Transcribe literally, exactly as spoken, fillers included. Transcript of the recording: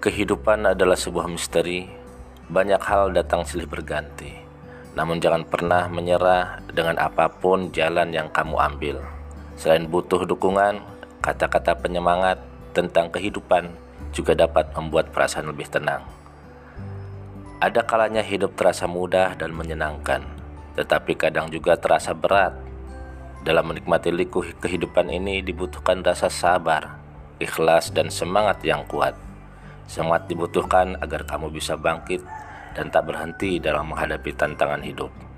Kehidupan adalah sebuah misteri, banyak hal datang silih berganti. Namun jangan pernah menyerah dengan apapun jalan yang kamu ambil. Selain butuh dukungan, kata-kata penyemangat tentang kehidupan juga dapat membuat perasaan lebih tenang. Ada kalanya hidup terasa mudah dan menyenangkan, tetapi kadang juga terasa berat. Dalam menikmati liku kehidupan ini dibutuhkan rasa sabar, ikhlas, dan semangat yang kuat. Semangat dibutuhkan agar kamu bisa bangkit dan tak berhenti dalam menghadapi tantangan hidup.